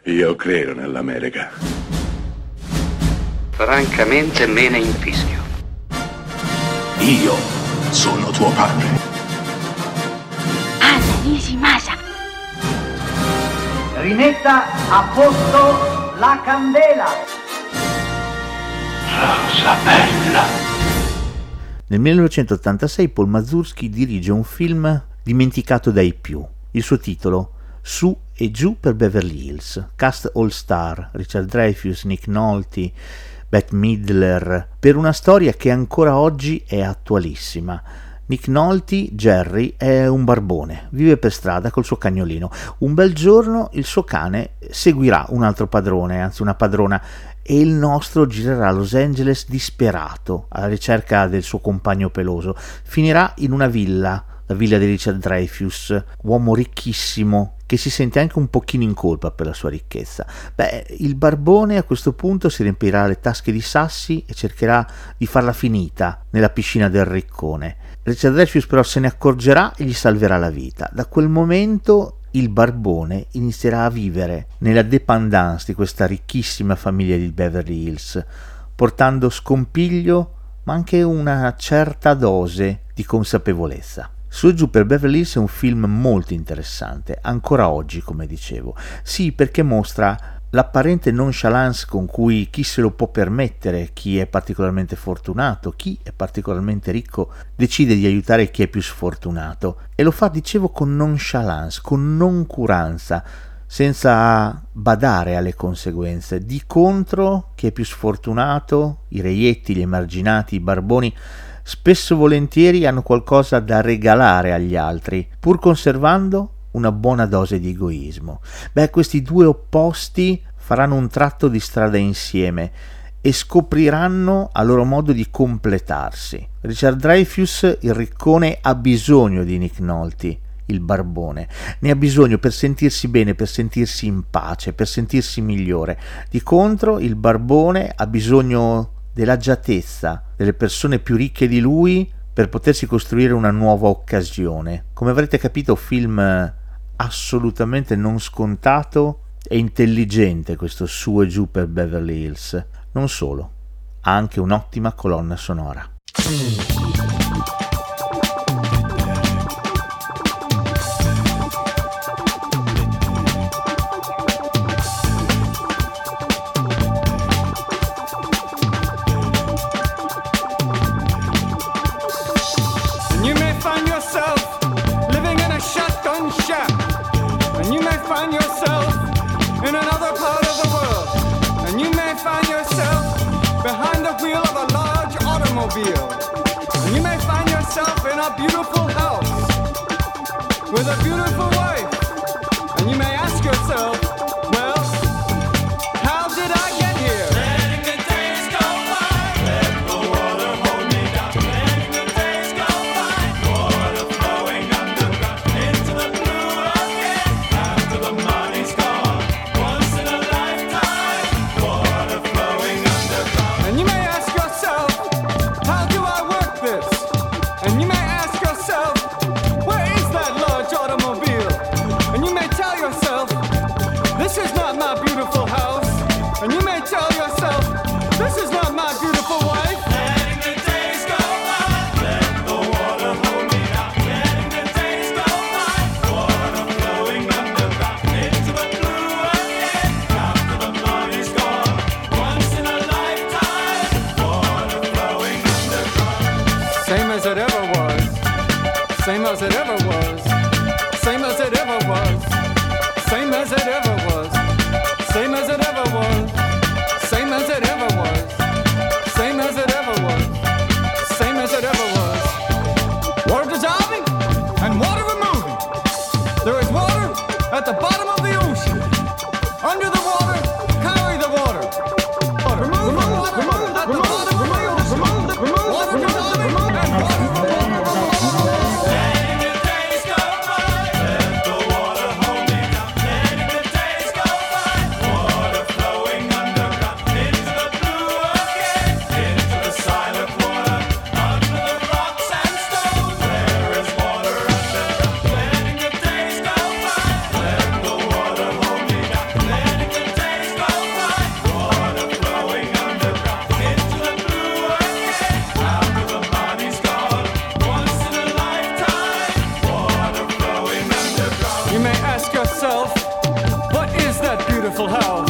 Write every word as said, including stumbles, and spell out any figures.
Io credo nell'America. Francamente me ne infischio. Io sono tuo padre. Anna Nishimasa. Rimetta a posto la candela. Rosa bella. Nel millenovecentottantasei Paul Mazursky dirige un film dimenticato dai più. Il suo titolo: Su e giù per Beverly Hills. Cast all star: Richard Dreyfuss, Nick Nolte, Bette Midler, per una storia che ancora oggi è attualissima. Nick Nolte, Jerry, è un barbone, vive per strada col suo cagnolino. Un bel giorno il suo cane seguirà un altro padrone, anzi una padrona, e il nostro girerà a Los Angeles disperato alla ricerca del suo compagno peloso. Finirà in una villa, la villa di Richard Dreyfuss, uomo ricchissimo che si sente anche un pochino in colpa per la sua ricchezza. Beh, il barbone a questo punto si riempirà le tasche di sassi e cercherà di farla finita nella piscina del riccone. Richard Dreyfuss però se ne accorgerà e gli salverà la vita. Da quel momento il barbone inizierà a vivere nella dépendance di questa ricchissima famiglia di Beverly Hills, portando scompiglio ma anche una certa dose di consapevolezza. Su e giù per Beverly Hills è un film molto interessante, ancora oggi, come dicevo. Sì, perché mostra l'apparente nonchalance con cui chi se lo può permettere, chi è particolarmente fortunato, chi è particolarmente ricco, decide di aiutare chi è più sfortunato. E lo fa, dicevo, con nonchalance, con noncuranza, senza badare alle conseguenze. Di contro, chi è più sfortunato, i reietti, gli emarginati, i barboni, spesso volentieri hanno qualcosa da regalare agli altri, pur conservando una buona dose di egoismo. Beh, questi due opposti faranno un tratto di strada insieme e scopriranno a loro modo di completarsi. Richard Dreyfuss, il riccone, ha bisogno di Nick Nolte, il barbone. Ne ha bisogno per sentirsi bene, per sentirsi in pace, per sentirsi migliore. Di contro, il barbone ha bisogno dell'agiatezza delle persone più ricche di lui per potersi costruire una nuova occasione. Come avrete capito, film assolutamente non scontato e intelligente questo Su e giù per Beverly Hills. Non solo, ha anche un'ottima colonna sonora. Find yourself in another part of the world, and you may find yourself behind the wheel of a large automobile, and you may find yourself in a beautiful house with a beautiful wife, and you may ask yourself, well, how did I get here? Letting the days go by, let the water hold me down. Letting the days go by, water flowing underground into the blue again. After the money's gone, once in a lifetime, water flowing underground. And you may ask yourself, how do I work this? And you may ask yourself, where is that large automobile? And you may tell yourself, this is not my beautiful house. And you may tell yourself, this is not my beautiful wife. Letting the days go by, let the water hold me down. Letting the days go by, water flowing underground into the blue again. After the money's gone, once in a lifetime, water flowing underground. Same as it ever was, same as it ever was, same as it ever was, same as it ever was, same as it ever was, same as it ever was, same as it ever was, same as it ever was. Water dissolving and water removing. There is water at the bottom of the ocean. Under the water, carry the water. Water. Remove the water at the bottom of the ocean. Water dissolving and water removing. Letting the mental health.